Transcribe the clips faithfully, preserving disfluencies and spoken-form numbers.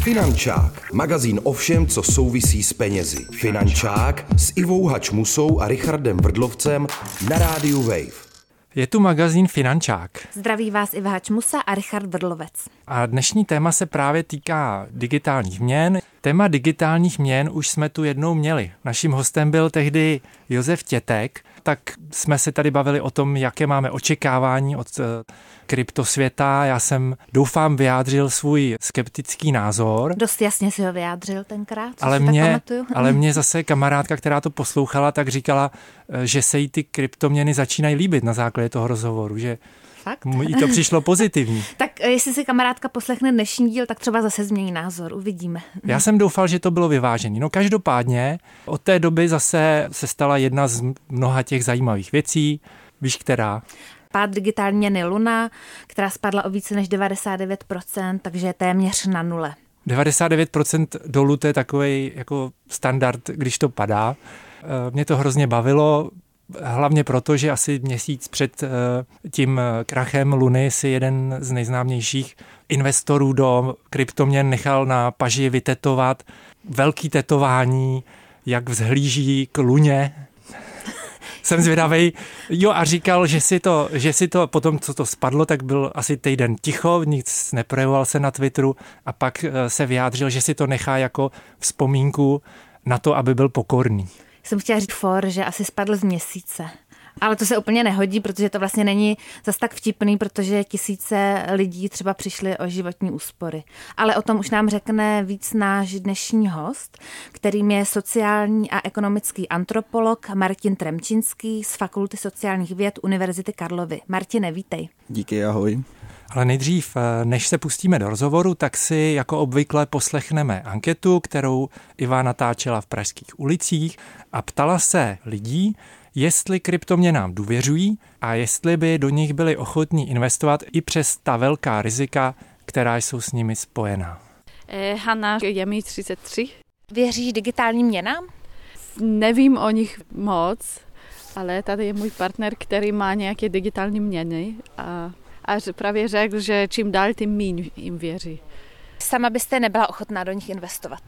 Finančák, magazín o všem, co souvisí s penězi. Finančák s Ivou Hačmusou a Richardem Vrdlovcem na rádiu Wave. Je tu magazín Finančák. Zdraví vás Iva Hačmusa a Richard Vrdlovec. A dnešní téma se právě týká digitálních měn. Téma digitálních měn už jsme tu jednou měli. Naším hostem byl tehdy Josef Tětek, tak jsme se tady bavili o tom, jaké máme očekávání od uh, kryptosvěta. Já jsem, doufám, vyjádřil svůj skeptický názor. Dost jasně si ho vyjádřil tenkrát, co ale si mě, tak pamatuju. Ale mě zase kamarádka, která to poslouchala, tak říkala, že se jí ty kryptoměny začínají líbit na základě toho rozhovoru, že Fakt? jí to přišlo pozitivní. Tak jestli si kamarádka poslechne dnešní díl, tak třeba zase změní názor, uvidíme. Já jsem doufal, že to bylo vyvážený. No každopádně od té doby zase se stala jedna z mnoha těch zajímavých věcí. Víš, která? Pád digitální měny Luna, která spadla o více než devadesát devět procent, takže je téměř na nule. devadesát devět procent dolů, to je takový jako standard, když to padá. Mě to hrozně bavilo, hlavně proto, že asi měsíc před tím krachem Luny si jeden z nejznámějších investorů do kryptoměn nechal na paži vytetovat velký tetování, jak vzhlíží k Luně. Jsem zvědavej. Jo, a říkal, že si to, že si to potom, co to spadlo, tak byl asi týden ticho, nic neprojevoval se na Twitteru a pak se vyjádřil, že si to nechá jako vzpomínku na to, aby byl pokorný. Jsem chtěla říct for, že asi spadl z měsíce. Ale to se úplně nehodí, protože to vlastně není zas tak vtipný, protože tisíce lidí třeba přišli o životní úspory. Ale o tom už nám řekne víc náš dnešní host, kterým je sociální a ekonomický antropolog Martin Tremčinský z Fakulty sociálních věd Univerzity Karlovy. Martine, vítej. Díky, ahoj. Ale nejdřív, než se pustíme do rozhovoru, tak si jako obvykle poslechneme anketu, kterou Iva natáčela v pražských ulicích a ptala se lidí, jestli kryptoměnám důvěřují a jestli by do nich byli ochotní investovat i přes ta velká rizika, která jsou s nimi spojená. Eh, Hanna, je mi třicet tři. Věříš digitálním měnám? Nevím o nich moc, ale tady je můj partner, který má nějaké digitální měny a, a právě řekl, že čím dál, tím míň jim věří. Sama byste nebyla ochotná do nich investovat?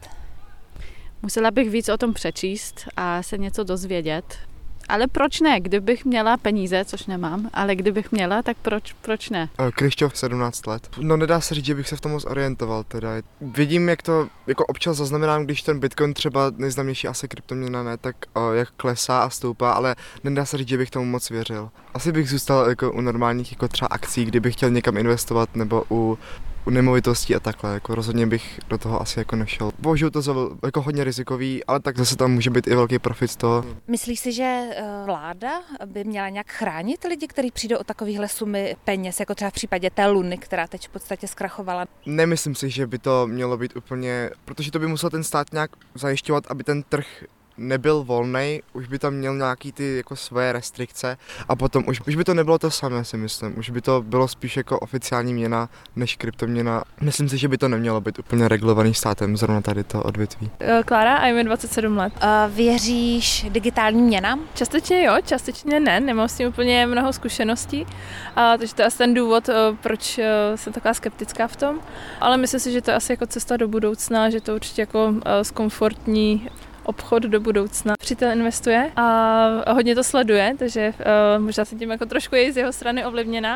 Musela bych víc o tom přečíst a se něco dozvědět. Ale proč ne? Kdybych měla peníze, což nemám, ale kdybych měla, tak proč, proč ne? Krištof, sedmnáct let. No nedá se říct, že bych se v tom moc orientoval teda. Vidím, jak to jako občas zaznamenám, když ten Bitcoin třeba nejznámější asi kryptoměna ne, tak o, jak klesá a stoupá, ale nedá se říct, že bych tomu moc věřil. Asi bych zůstal jako u normálních jako třeba akcí, kdybych chtěl někam investovat, nebo u u nemovitostí a takhle, jako rozhodně bych do toho asi jako nešel. Bohužel to za jako hodně rizikový, ale tak zase tam může být i velký profit z toho. Myslíš si, že vláda by měla nějak chránit lidi, kteří přijdou o takovéhle sumy peněz, jako třeba v případě té Luny, která teď v podstatě zkrachovala? Nemyslím si, že by to mělo být úplně, protože to by musel ten stát nějak zajišťovat, aby ten trh nebyl volnej, už by tam měl nějaký ty jako své restrikce a potom už, už by to nebylo to samé, si myslím. Už by to bylo spíš jako oficiální měna než kryptoměna. Myslím si, že by to nemělo být úplně regulovaný státem, zrovna tady to odvětví. Klára a je mi dvacet sedm let. Uh, věříš digitálním měnám? Částečně jo, částečně ne, nemám s tím úplně mnoho zkušeností, a, takže to je asi ten důvod, proč jsem taková skeptická v tom, ale myslím si, že to je asi jako cesta do budoucna, že to určitě jako zkomfortní obchod do budoucna. Přítel investuje a hodně to sleduje, takže uh, možná se tím jako trošku je z jeho strany ovlivněna,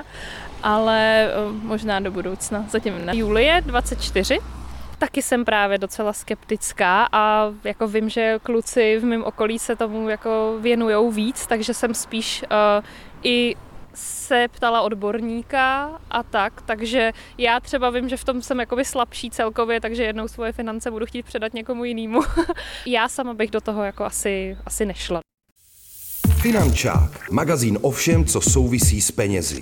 ale uh, možná do budoucna. Zatím ne. Julie, dvacet čtyři. Taky jsem právě docela skeptická a jako vím, že kluci v mém okolí se tomu jako věnujou víc, takže jsem spíš uh, i se ptala odborníka a tak, takže já třeba vím, že v tom jsem jakoby slabší celkově, takže jednou svoje finance budu chtít předat někomu jinému. Já sama bych do toho jako asi, asi nešla. Finančák, magazín o všem, co souvisí s penězi.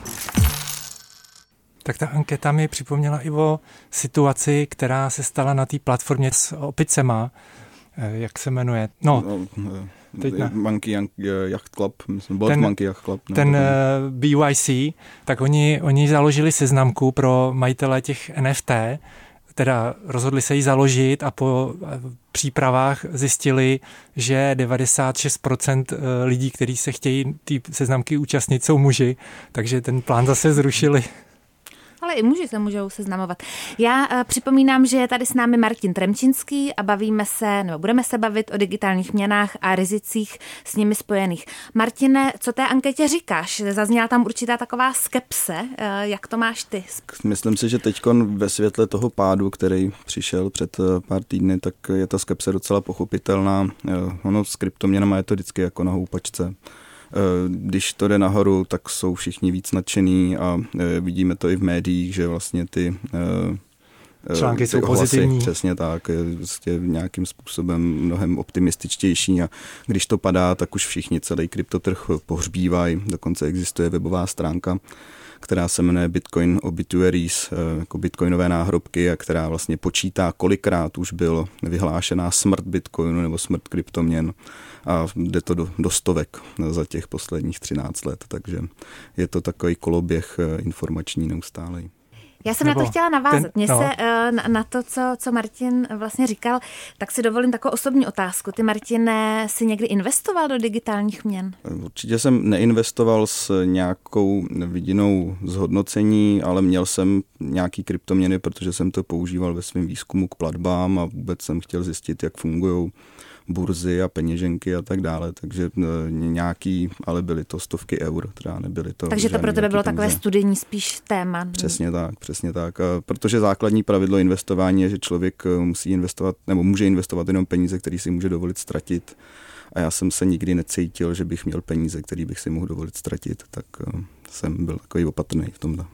Tak ta anketa mi připomněla i o situaci, která se stala na té platformě s opicema. Jak se jmenuje? No, teď ne. Monkey Yacht Club, myslím, Boat Monkey Yacht Club. Ten uh, B Y C, tak oni, oni založili seznamku pro majitele těch N F T, teda rozhodli se ji založit a po přípravách zjistili, že devadesát šest procent lidí, kteří se chtějí té seznamky účastnit, jsou muži, takže ten plán zase zrušili. Ale i muži se můžou seznamovat. Já uh, připomínám, že je tady s námi Martin Tremčinský a bavíme se, nebo budeme se bavit o digitálních měnách a rizicích s nimi spojených. Martine, co té anketě říkáš? Zazněla tam určitá taková skepse. Uh, jak to máš ty? Myslím si, že teďkon ve světle toho pádu, který přišel před pár týdny, tak je ta skepse docela pochopitelná. Ono s kryptoměnama je to vždycky jako na houpačce. Když to jde nahoru, tak jsou všichni víc nadšený a vidíme to i v médiích, že vlastně ty články ty jsou ohlasy, pozitivní. Přesně tak, je vlastně nějakým způsobem mnohem optimističtější a když to padá, tak už všichni celý kryptotrh pohřbívají. Dokonce existuje webová stránka, která se jmenuje Bitcoin Obituaries, jako bitcoinové náhrobky, a která vlastně počítá, kolikrát už byl vyhlášená smrt bitcoinu nebo smrt kryptoměn a jde to do, do stovek za těch posledních třináct let, takže je to takový koloběh informační neustálej. Já jsem Nebo na to chtěla navázat. Mně no. se na, na to, co, co Martin vlastně říkal, tak si dovolím takovou osobní otázku. Ty, Martine, si někdy investoval do digitálních měn? Určitě jsem neinvestoval s nějakou vidinou zhodnocení, ale měl jsem nějaký kryptoměny, protože jsem to používal ve svém výzkumu k platbám a vůbec jsem chtěl zjistit, jak fungují burzy a peněženky a tak dále, takže nějaký, ale byly to stovky eur, třeba nebyly to. Takže to pro tebe bylo peníze. takové studijní spíš téma. Přesně tak, přesně tak, a protože základní pravidlo investování je, že člověk musí investovat, nebo může investovat jenom peníze, které si může dovolit ztratit, a já jsem se nikdy necítil, že bych měl peníze, které bych si mohl dovolit ztratit, tak jsem byl takový opatrný v tomhle.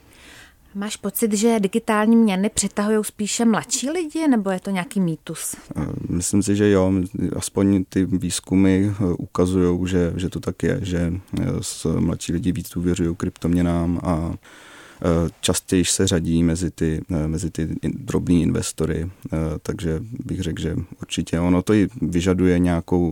Máš pocit, že digitální měny přitahují spíše mladší lidi, nebo je to nějaký mýtus? Myslím si, že jo. Aspoň ty výzkumy ukazují, že, že to tak je, že mladší lidi víc důvěřují kryptoměnám a častěji se řadí mezi ty, mezi ty drobní investory, takže bych řekl, že určitě ono to i vyžaduje nějakou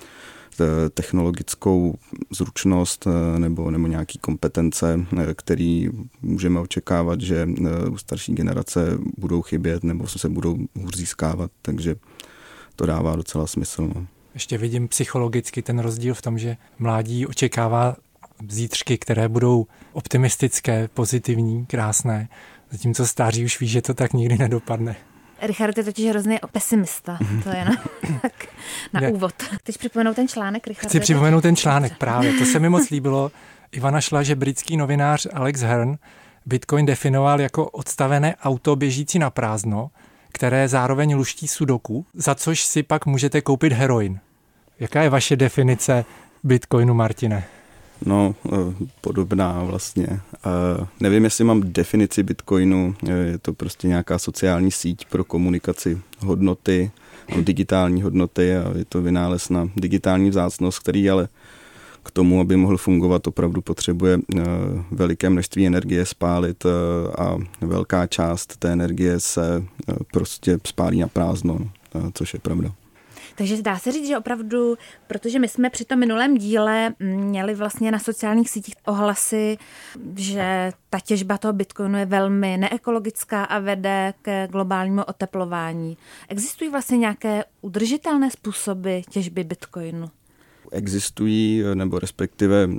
technologickou zručnost nebo, nebo nějaký kompetence, který můžeme očekávat, že u starší generace budou chybět nebo se budou hůř získávat, takže to dává docela smysl. No. Ještě vidím psychologicky ten rozdíl v tom, že mládí očekává zítřky, které budou optimistické, pozitivní, krásné, zatímco stáří už ví, že to tak nikdy nedopadne. Richard je totiž hrozný pesimista, to je na, tak na ne. úvod. Chceš připomenout ten článek, Richard? Chci připomenout ten článek, právě. To se mi moc líbilo. Ivana šla, že britský novinář Alex Hearn Bitcoin definoval jako odstavené auto běžící na prázdno, které zároveň luští sudoku, za což si pak můžete koupit heroin. Jaká je vaše definice Bitcoinu, Martine? No, podobná vlastně. Nevím, jestli mám definici Bitcoinu, je to prostě nějaká sociální síť pro komunikaci hodnoty, digitální hodnoty a je to vynález na digitální vzácnost, který ale k tomu, aby mohl fungovat, opravdu potřebuje veliké množství energie spálit a velká část té energie se prostě spálí na prázdno, což je pravda. Takže dá se říct, že opravdu, protože my jsme při tom minulém díle měli vlastně na sociálních sítích ohlasy, že ta těžba toho Bitcoinu je velmi neekologická a vede ke globálnímu oteplování. Existují vlastně nějaké udržitelné způsoby těžby Bitcoinu? Existují, nebo respektive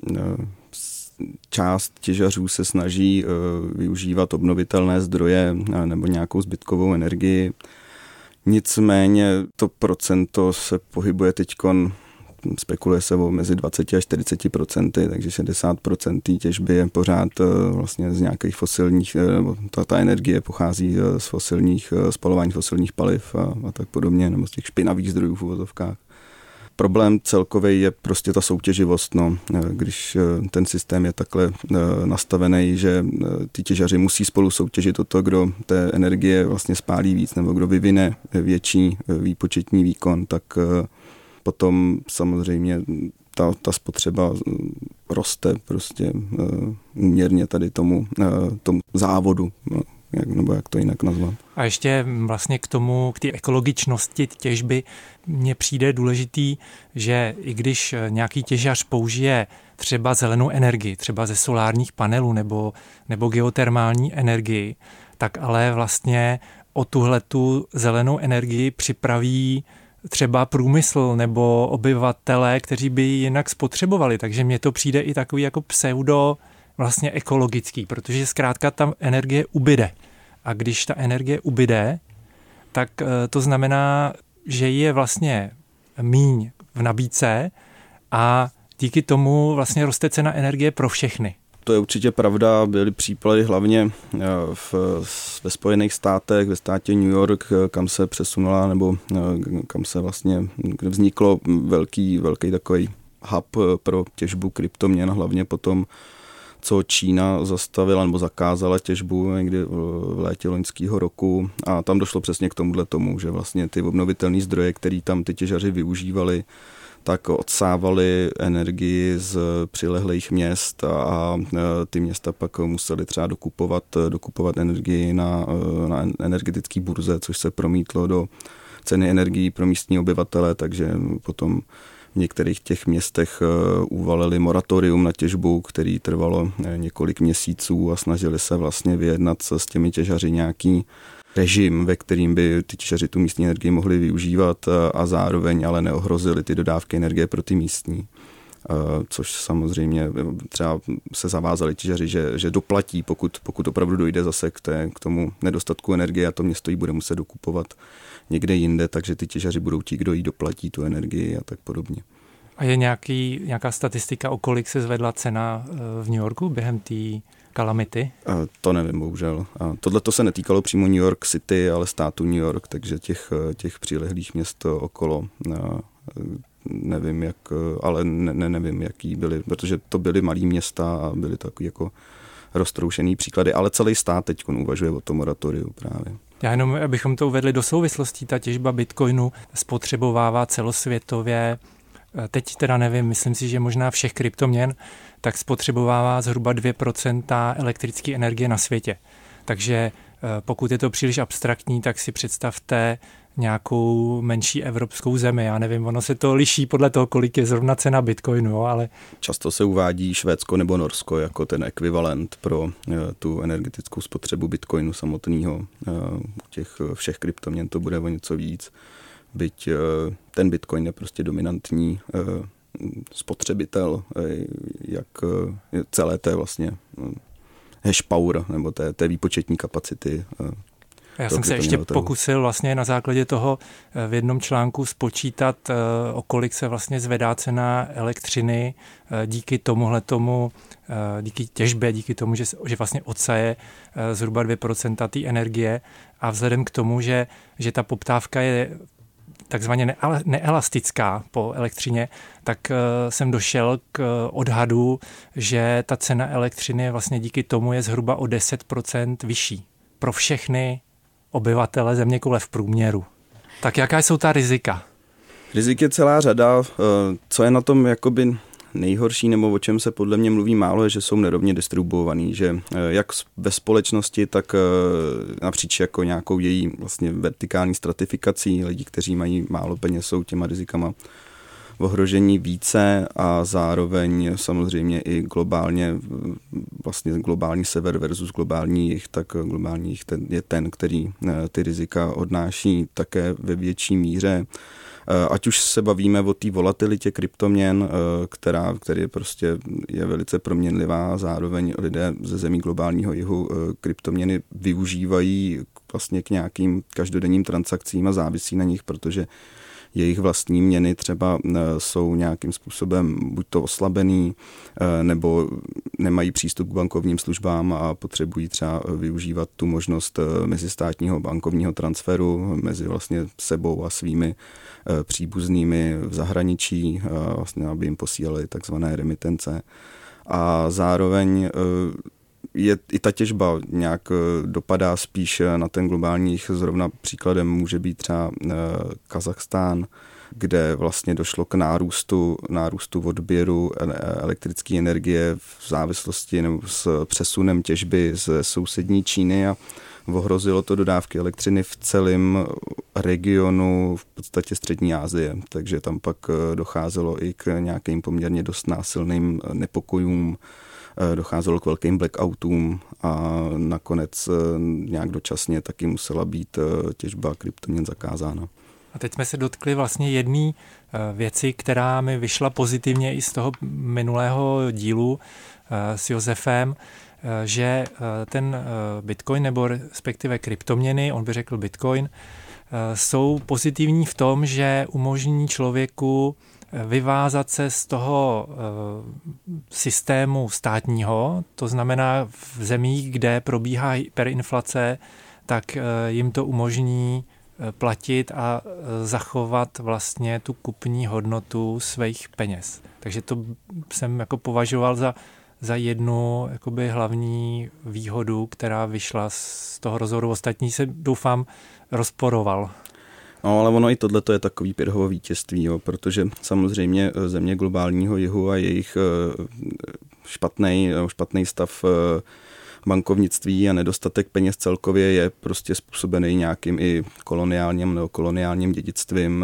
část těžařů se snaží využívat obnovitelné zdroje nebo nějakou zbytkovou energii. Nicméně to procento se pohybuje teďkon, spekuluje se o mezi dvacet až čtyřicet procenty, takže šedesát procent těžby je pořád vlastně z nějakých fosilních, nebo ta, ta energie pochází z fosilních, spalování fosilních paliv a, a tak podobně, nebo z těch špinavých zdrojů v uvozovkách. Problém celkový je prostě ta soutěživost. No. Když ten systém je takhle nastavený, že ty těžaři musí spolu soutěžit o to, kdo té energie vlastně spálí víc nebo kdo vyvine větší výpočetní výkon, tak potom samozřejmě ta, ta spotřeba roste prostě úměrně tady tomu, tomu závodu. No. Jak, nebo jak to jinak nazvat. A ještě vlastně k tomu, k té ekologičnosti těžby mně přijde důležitý, že i když nějaký těžař použije třeba zelenou energii, třeba ze solárních panelů nebo, nebo geotermální energii, tak ale vlastně o tuhletu zelenou energii připraví třeba průmysl nebo obyvatelé, kteří by ji jinak spotřebovali. Takže mně to přijde i takový jako pseudo vlastně ekologický, protože zkrátka ta energie ubyde. A když ta energie ubyde, tak to znamená, že je vlastně míň v nabídce a díky tomu vlastně roste cena energie pro všechny. To je určitě pravda, byly případy hlavně v, ve Spojených státech, ve státě New York, kam se přesunula, nebo kam se vlastně, kde vzniklo velký, velký takový hub pro těžbu kryptoměn, hlavně potom, co Čína zastavila nebo zakázala těžbu někdy v létě loňského roku a tam došlo přesně k tomuhle tomu, že vlastně ty obnovitelné zdroje, které tam ty těžaři využívali, tak odsávali energii z přilehlých měst a ty města pak museli třeba dokupovat, dokupovat energii na, na energetické burze, což se promítlo do ceny energií pro místní obyvatele, takže potom v některých těch městech uvalili moratorium na těžbu, který trvalo několik měsíců a snažili se vlastně vyjednat s těmi těžaři nějaký režim, ve kterým by ty těžaři tu místní energii mohli využívat a zároveň ale neohrozili ty dodávky energie pro ty místní. Což samozřejmě třeba se zavázali těžaři, že, že doplatí, pokud, pokud opravdu dojde zase k, té, k tomu nedostatku energie a to město ji bude muset dokupovat někde jinde, takže ty těžaři budou ti, kdo jí doplatí tu energii a tak podobně. A je nějaký, nějaká statistika, o kolik se zvedla cena v New Yorku během té kalamity? To nevím, bohužel. Tohle to se netýkalo přímo New York City, ale státu New York, takže těch, těch přilehlých měst okolo nevím, jak, ale ne, ne, nevím, jaký byly, protože to byly malý města a byly takový jako roztroušený příklady, ale celý stát teď uvažuje o tom moratoriu právě. Já jenom, abychom to uvedli do souvislostí, ta těžba bitcoinu spotřebovává celosvětově, teď teda nevím, myslím si, že možná všech kryptoměn, tak spotřebovává zhruba dvě procenta elektrické energie na světě. Takže pokud je to příliš abstraktní, tak si představte nějakou menší evropskou zemi. Já nevím, ono se to liší podle toho, kolik je zrovna cena bitcoinu, jo, ale... Často se uvádí Švédsko nebo Norsko jako ten ekvivalent pro tu energetickou spotřebu bitcoinu samotného. U těch všech kryptoměn to bude o něco víc. Byť ten bitcoin je prostě dominantní spotřebitel, jak celé té vlastně hash power nebo té, té výpočetní kapacity. Já jsem se ještě pokusil vlastně na základě toho v jednom článku spočítat, o kolik se vlastně zvedá cena elektřiny díky tomuhle tomu, díky těžbě, díky tomu, že, že vlastně odsaje zhruba dvě procenta té energie a vzhledem k tomu, že, že ta poptávka je takzvaně neelastická po elektřině, tak jsem došel k odhadu, že ta cena elektřiny vlastně díky tomu je zhruba o deset procent vyšší pro všechny obyvatele zeměkoule v průměru. Tak jaká jsou ta rizika? Rizik je celá řada. Co je na tom jakoby nejhorší, nebo o čem se podle mě mluví málo, je, že jsou nerovně distribuovaný, že jak ve společnosti, tak napříč jako nějakou její vlastně vertikální stratifikací lidí, kteří mají málo peněz, jsou těma rizikama ohrožení více a zároveň samozřejmě i globálně, vlastně globální sever versus globální jih, tak globální jih ten je ten, který ty rizika odnáší také ve větší míře. Ať už se bavíme o té volatilitě kryptoměn, která, který prostě je velice proměnlivá, zároveň lidé ze zemí globálního jihu kryptoměny využívají vlastně k nějakým každodenním transakcím a závisí na nich, protože jejich vlastní měny třeba jsou nějakým způsobem buď to oslabený, nebo nemají přístup k bankovním službám a potřebují třeba využívat tu možnost mezistátního bankovního transferu mezi vlastně sebou a svými příbuznými v zahraničí, vlastně aby jim posílali takzvané remitence. A zároveň je i ta těžba nějak dopadá spíš na ten globální jih. Zrovna příkladem může být třeba Kazachstán, kde vlastně došlo k nárůstu, nárůstu odběru elektrické energie v závislosti nebo s přesunem těžby z sousední Číny a ohrozilo to dodávky elektřiny v celém regionu v podstatě střední Asie, takže tam pak docházelo i k nějakým poměrně dost násilným nepokojům, docházelo k velkým blackoutům a nakonec nějak dočasně taky musela být těžba kryptoměn zakázána. A teď jsme se dotkli vlastně jedné věci, která mi vyšla pozitivně i z toho minulého dílu, s Josefem, že ten Bitcoin nebo respektive kryptoměny, on by řekl Bitcoin, jsou pozitivní v tom, že umožní člověku vyvázat se z toho systému státního, to znamená v zemích, kde probíhá hyperinflace, tak jim to umožní platit a zachovat vlastně tu kupní hodnotu svých peněz. Takže to jsem jako považoval za, za jednu jakoby hlavní výhodu, která vyšla z toho rozhovoru. Ostatní se, doufám, rozporoval. No, ale ono i tohle je takový Pyrrhovo vítězství, jo, protože samozřejmě země globálního jihu a jejich špatný, špatný stav bankovnictví a nedostatek peněz celkově je prostě způsobený nějakým i koloniálním nebo koloniálním dědictvím,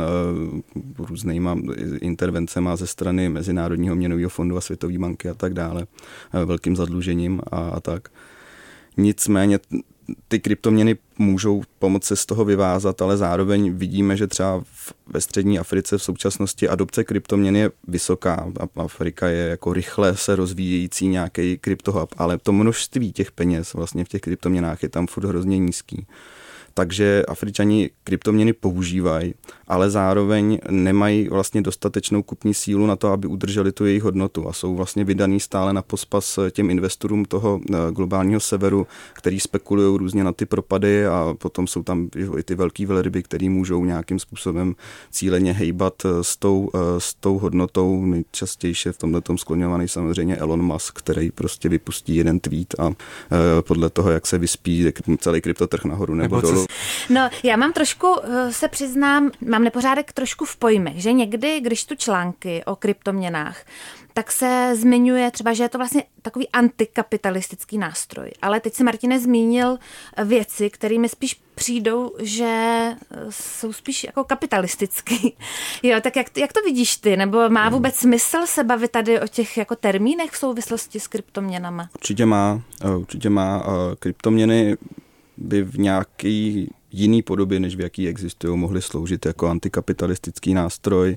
různýma intervencema ze strany Mezinárodního měnového fondu a Světové banky a tak dále, velkým zadlužením a, a tak. Nicméně ty kryptoměny můžou pomoci z toho vyvázat, ale zároveň vidíme, že třeba ve střední Africe v současnosti adopce kryptoměn je vysoká. Afrika je jako rychle se rozvíjející nějaký kryptohub, ale to množství těch peněz vlastně v těch kryptoměnách je tam furt hrozně nízký. Takže Afričani kryptoměny používají, ale zároveň nemají vlastně dostatečnou kupní sílu na to, aby udrželi tu jejich hodnotu a jsou vlastně vydaný stále na pospas těm investorům toho globálního severu, který spekulují různě na ty propady a potom jsou tam i ty velký velryby, který můžou nějakým způsobem cíleně hejbat s tou, s tou hodnotou. Nejčastěji v tomhletom skloňovaný samozřejmě Elon Musk, který prostě vypustí jeden tweet a podle toho, jak se vyspí celý kryptotrh nahoru nebo, nebo dolů. No, já mám trošku, se přiznám, mám nepořádek trošku v pojmech, že někdy, když tu články o kryptoměnách, tak se zmiňuje třeba, že je to vlastně takový antikapitalistický nástroj. Ale teď se, Martine, zmínil věci, kterými spíš přijdou, že jsou spíš jako kapitalistický. Jo, tak jak, jak to vidíš ty? Nebo má vůbec smysl se bavit tady o těch jako termínech v souvislosti s kryptoměnama? Určitě má. Určitě má. Kryptoměny by v nějaký jiný podobě, než v jaký existují, mohly sloužit jako antikapitalistický nástroj.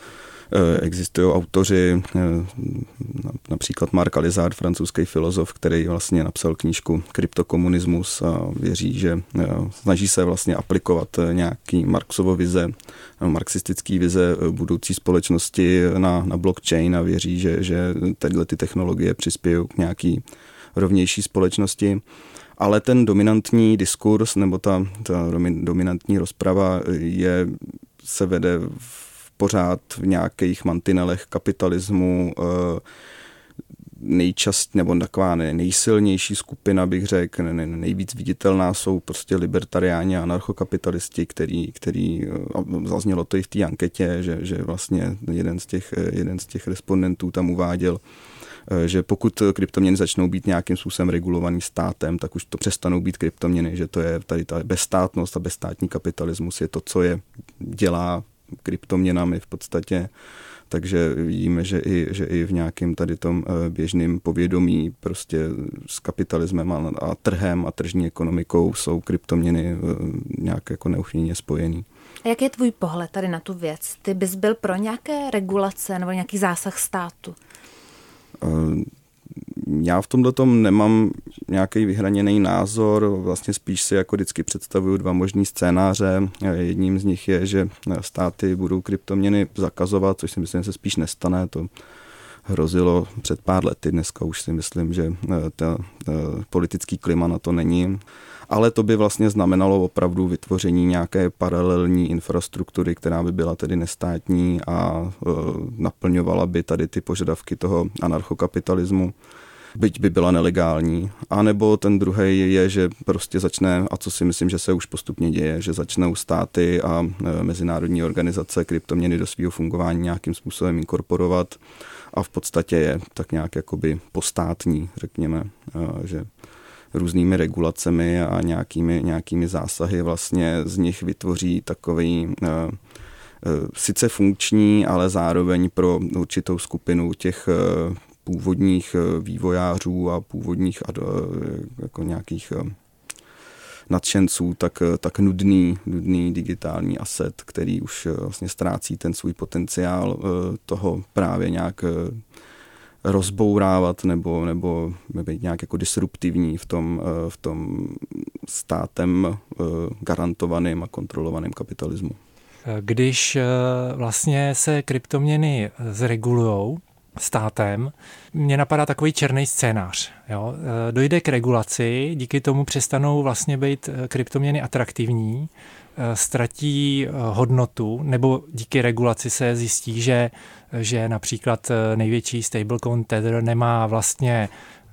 Existují autoři, například Marc Alizard, francouzský filozof, který vlastně napsal knížku Kryptokomunismus a věří, že snaží se vlastně aplikovat nějaký Marxovo vize, marxistický vize budoucí společnosti na, na blockchain a věří, že, že tyhle ty technologie přispějí k nějaký rovnější společnosti. Ale ten dominantní diskurs nebo ta, ta dominantní rozprava je, se vede v pořád v nějakých mantinelech kapitalismu. Nejčast, nebo taková nejsilnější skupina, bych řekl, nejvíc viditelná jsou prostě libertariáni a anarchokapitalisti, který, který zaznělo to i v té anketě, že, že vlastně jeden z těch, jeden z těch respondentů tam uváděl, že pokud kryptoměny začnou být nějakým způsobem regulovaný státem, tak už to přestanou být kryptoměny, že to je tady ta bezstátnost a bezstátní kapitalismus je to, co je dělá kryptoměnami v podstatě. Takže vidíme, že i, že i v nějakém tady tom běžném povědomí prostě s kapitalismem a, a trhem a tržní ekonomikou jsou kryptoměny nějak jako neuchvějně spojený. A jak je tvůj pohled tady na tu věc? Ty bys byl pro nějaké regulace nebo nějaký zásah státu? Já v tomhletom nemám nějaký vyhraněný názor, vlastně spíš si jako vždycky představuju dva možný scénáře. Jedním z nich je, že státy budou kryptoměny zakazovat, což si myslím, že se spíš nestane. To hrozilo před pár lety, dneska už si myslím, že ta, ta politický klima na to není. Ale to by vlastně znamenalo opravdu vytvoření nějaké paralelní infrastruktury, která by byla tedy nestátní a e, naplňovala by tady ty požadavky toho anarchokapitalismu, byť by byla nelegální. A nebo ten druhý je, že prostě začne, a co si myslím, že se už postupně děje, že začnou státy a e, mezinárodní organizace kryptoměny do svého fungování nějakým způsobem inkorporovat a v podstatě je tak nějak jakoby postátní, řekněme, e, že různými regulacemi a nějakými, nějakými zásahy vlastně z nich vytvoří takový uh, uh, sice funkční, ale zároveň pro určitou skupinu těch uh, původních uh, vývojářů a původních uh, jako nějakých uh, nadšenců, tak, tak nudný, nudný digitální asset, který už uh, vlastně ztrácí ten svůj potenciál uh, toho právě nějak uh, rozbourávat nebo, nebo být nějak jako disruptivní v tom, v tom státem garantovaným a kontrolovaným kapitalismu. Když vlastně se kryptoměny zregulujou státem, mně napadá takový černý scénář. Jo? Dojde k regulaci, díky tomu přestanou vlastně být kryptoměny atraktivní, ztratí hodnotu, nebo díky regulaci se zjistí, že, že například největší stablecoin Tether nemá vlastně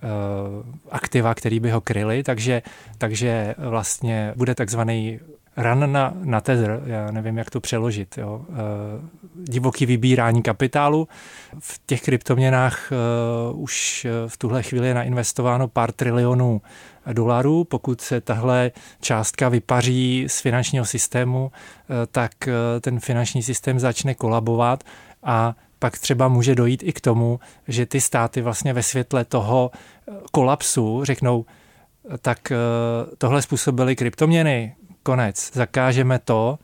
aktiva, který by ho kryly, takže, takže vlastně bude takzvaný run na, na Tether, já nevím, jak to přeložit, jo. Divoký vybírání kapitálu. V těch kryptoměnách uh, už v tuhle chvíli je nainvestováno pár trilionů dolarů. Pokud se tahle částka vypaří z finančního systému, uh, tak uh, ten finanční systém začne kolabovat a pak třeba může dojít i k tomu, že ty státy vlastně ve světle toho kolapsu řeknou, tak uh, tohle způsobily kryptoměny, konec, zakážeme to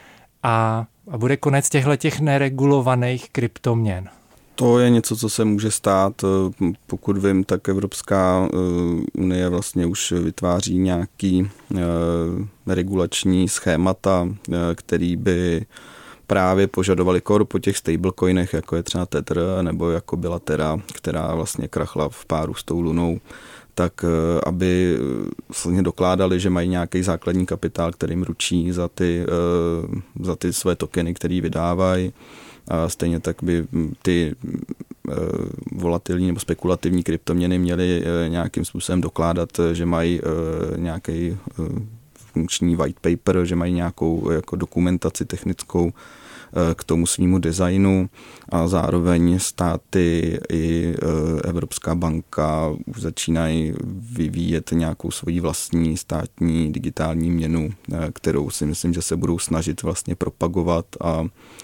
a, a bude konec těchto neregulovaných kryptoměn. To je něco, co se může stát. Pokud vím, tak Evropská unie vlastně už vytváří nějaký regulační schémata, který by právě požadovali kor po těch stablecoinech, jako je třeba Tether, nebo jako byla Terra, která vlastně krachla v páru s tou lunou, tak aby vlastně dokládali, že mají nějaký základní kapitál, kterým ručí za ty, za ty své tokeny, který vydávají. A stejně tak by ty volatilní nebo spekulativní kryptoměny měly nějakým způsobem dokládat, že mají nějaký funkční white paper, že mají nějakou jako dokumentaci technickou k tomu svýmu designu a zároveň státy i Evropská banka už začínají vyvíjet nějakou svoji vlastní státní digitální měnu, kterou si myslím, že se budou snažit vlastně propagovat a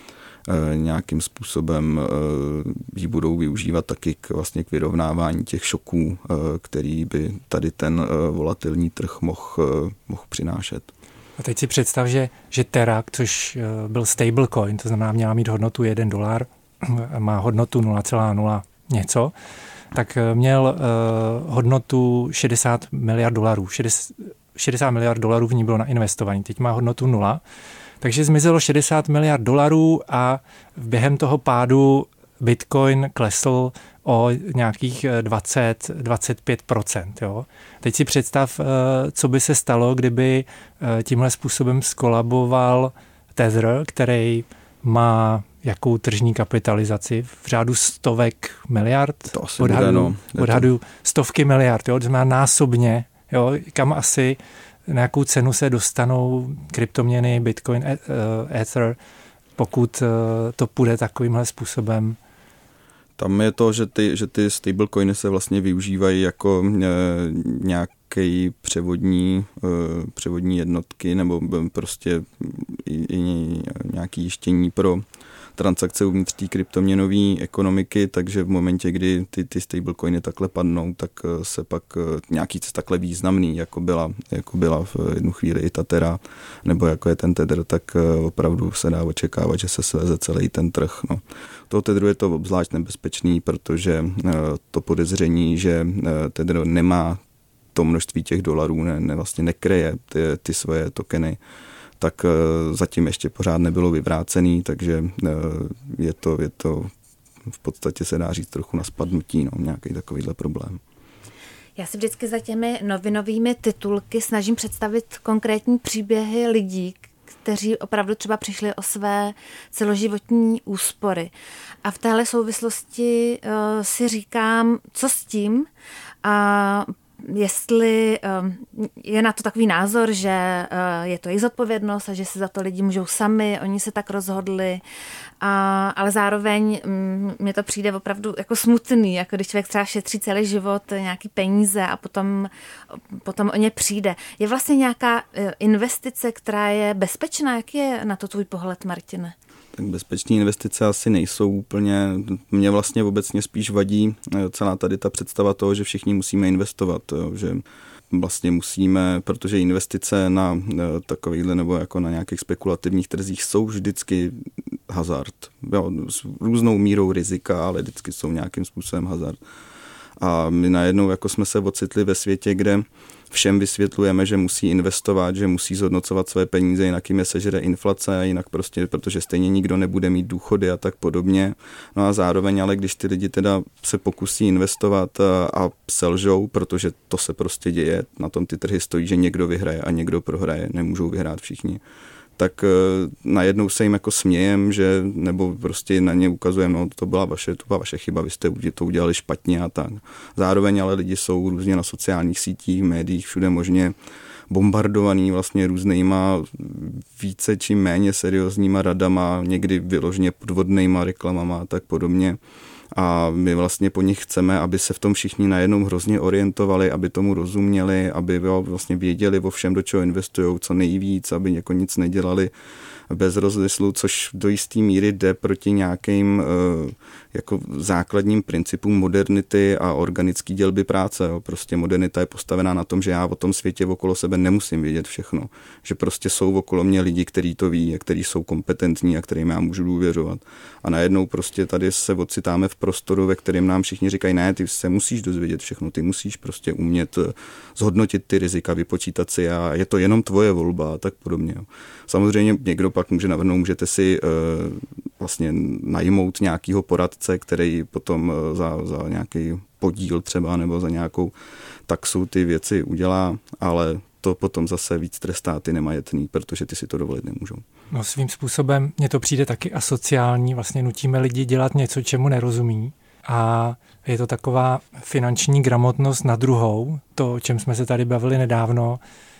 nějakým způsobem ji budou využívat taky k, vlastně k vyrovnávání těch šoků, který by tady ten volatilní trh mohl, mohl přinášet. A teď si představ, že, že Terra, což byl stablecoin, to znamená měla mít hodnotu jeden dolar, má hodnotu nula celá nula něco, tak měl uh, hodnotu šedesát miliard dolarů. šedesát miliard dolarů v ní bylo nainvestovaný, teď má hodnotu nula. Takže zmizelo šedesát miliard dolarů a během toho pádu Bitcoin klesl o nějakých dvacet až dvacet pět procent. Jo. Teď si představ, co by se stalo, kdyby tímhle způsobem skolaboval Tether, který má jakou tržní kapitalizaci v řádu stovek miliard. To asi odhadu, bude, no. Odhadu stovky miliard, jo, to znamená násobně, jo, kam asi na jakou cenu se dostanou kryptoměny, Bitcoin, Ether, pokud to půjde takovýmhle způsobem. Tam je to, že ty, že ty stablecoiny se vlastně využívají jako e, nějaké převodní, e, převodní jednotky nebo prostě i, i nějaké jištění pro transakce uvnitř té kryptoměnové ekonomiky, takže v momentě, kdy ty, ty stablecoiny takhle padnou, tak se pak nějaký takhle významný, jako byla, jako byla v jednu chvíli i ta Terra, nebo jako je ten Tether, tak opravdu se dá očekávat, že se sveze celý ten trh. No. Toho Tetheru je to obzvlášť nebezpečný, protože to podezření, že Tether nemá to množství těch dolarů, ne, ne vlastně nekryje ty, ty svoje tokeny, tak zatím ještě pořád nebylo vyvrácený, takže je to, je to v podstatě se dá říct trochu na spadnutí, no, nějaký takovýhle problém. Já si vždycky za těmi novinovými titulky snažím představit konkrétní příběhy lidí, kteří opravdu třeba přišli o své celoživotní úspory. A v téhle souvislosti uh, si říkám, co s tím, a jestli je na to takový názor, že je to jejich zodpovědnost a že si za to lidi můžou sami, oni se tak rozhodli, a, ale zároveň mně to přijde opravdu jako smutný, jako když člověk třeba šetří celý život nějaký peníze a potom, potom o ně přijde. Je vlastně nějaká investice, která je bezpečná? Jaký je na to tvůj pohled, Martine? Tak bezpečné investice asi nejsou úplně, mě vlastně obecně spíš vadí celá tady ta představa toho, že všichni musíme investovat, že vlastně musíme, protože investice na takovýhle nebo jako na nějakých spekulativních trzích jsou vždycky hazard. Jo, s různou mírou rizika, ale vždycky jsou nějakým způsobem hazard. A my najednou jako jsme se ocitli ve světě, kde všem vysvětlujeme, že musí investovat, že musí zhodnocovat své peníze, jinak jim je sežere inflace, jinak prostě, protože stejně nikdo nebude mít důchody a tak podobně. No a zároveň, ale když ty lidi teda se pokusí investovat a, a selžou, protože to se prostě děje, na tom ty trhy stojí, že někdo vyhraje a někdo prohraje, nemůžou vyhrát všichni, tak najednou se jim jako smějem, že, nebo prostě na ně ukazujeme, no to byla vaše, to byla vaše chyba, vy jste to udělali špatně a tak. Zároveň ale lidi jsou různě na sociálních sítích, médiích, všude možně bombardovaný vlastně různýma více či méně seriózníma radama, někdy vyloženě podvodnýma reklamama a tak podobně. A my vlastně po nich chceme, aby se v tom všichni najednou hrozně orientovali, aby tomu rozuměli, aby vlastně věděli o všem, do čeho investují co nejvíc, aby jako nic nedělali bez rozmyslu, což do jisté míry jde proti nějakým jako základním principům modernity a organické dělby práce. Jo. Prostě modernita je postavená na tom, že já o tom světě okolo sebe nemusím vědět všechno. Že prostě jsou okolo mě lidi, kteří to ví a kteří jsou kompetentní a kterým já můžu důvěřovat. A najednou prostě tady se ocitáme v prostoru, ve kterém nám všichni říkají, ne, ty se musíš dozvědět všechno, ty musíš prostě umět zhodnotit ty rizika, vypočítat si a je to jenom tvoje volba a tak podobně. Jo. Samozřejmě někdo pak může navrhnout, můžete si uh, vlastně najmout nějakýho poradce, který potom uh, za, za nějaký podíl třeba nebo za nějakou taxu ty věci udělá, ale to potom zase víc trestá ty nemajetný, protože ty si to dovolit nemůžou. No svým způsobem mně to přijde taky asociální, vlastně nutíme lidi dělat něco, čemu nerozumí a je to taková finanční gramotnost na druhou, to, o čem jsme se tady bavili nedávno,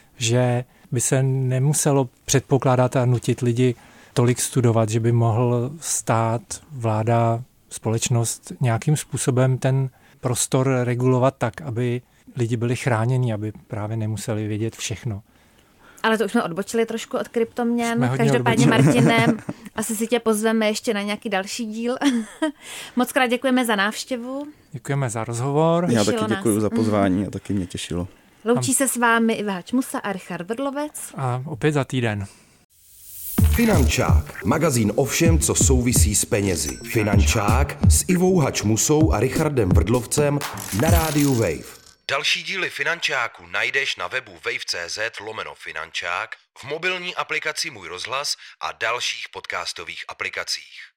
že by se nemuselo předpokládat a nutit lidi tolik studovat, že by mohl stát, vláda, společnost nějakým způsobem ten prostor regulovat tak, aby lidi byli chráněni, aby právě nemuseli vědět všechno. Ale to už jsme odbočili trošku od kryptoměn. odbočili. Každopádně, Martine, asi si tě pozveme ještě na nějaký další díl. Moc krát děkujeme za návštěvu. Děkujeme za rozhovor. Já Těšilo taky děkuji nás. za pozvání a taky mě těšilo. Loučí se s vámi Iva Hačmusa a Richard Vrdlovec. A opět za týden. Finančák, magazín o všem, co souvisí s penězi. Finančák s Ivou Hačmusou a Richardem Vrdlovcem na rádiu Wave. Další díly Finančáku najdeš na webu wave tečka cz lomeno finančák, v mobilní aplikaci Můj rozhlas a dalších podcastových aplikacích.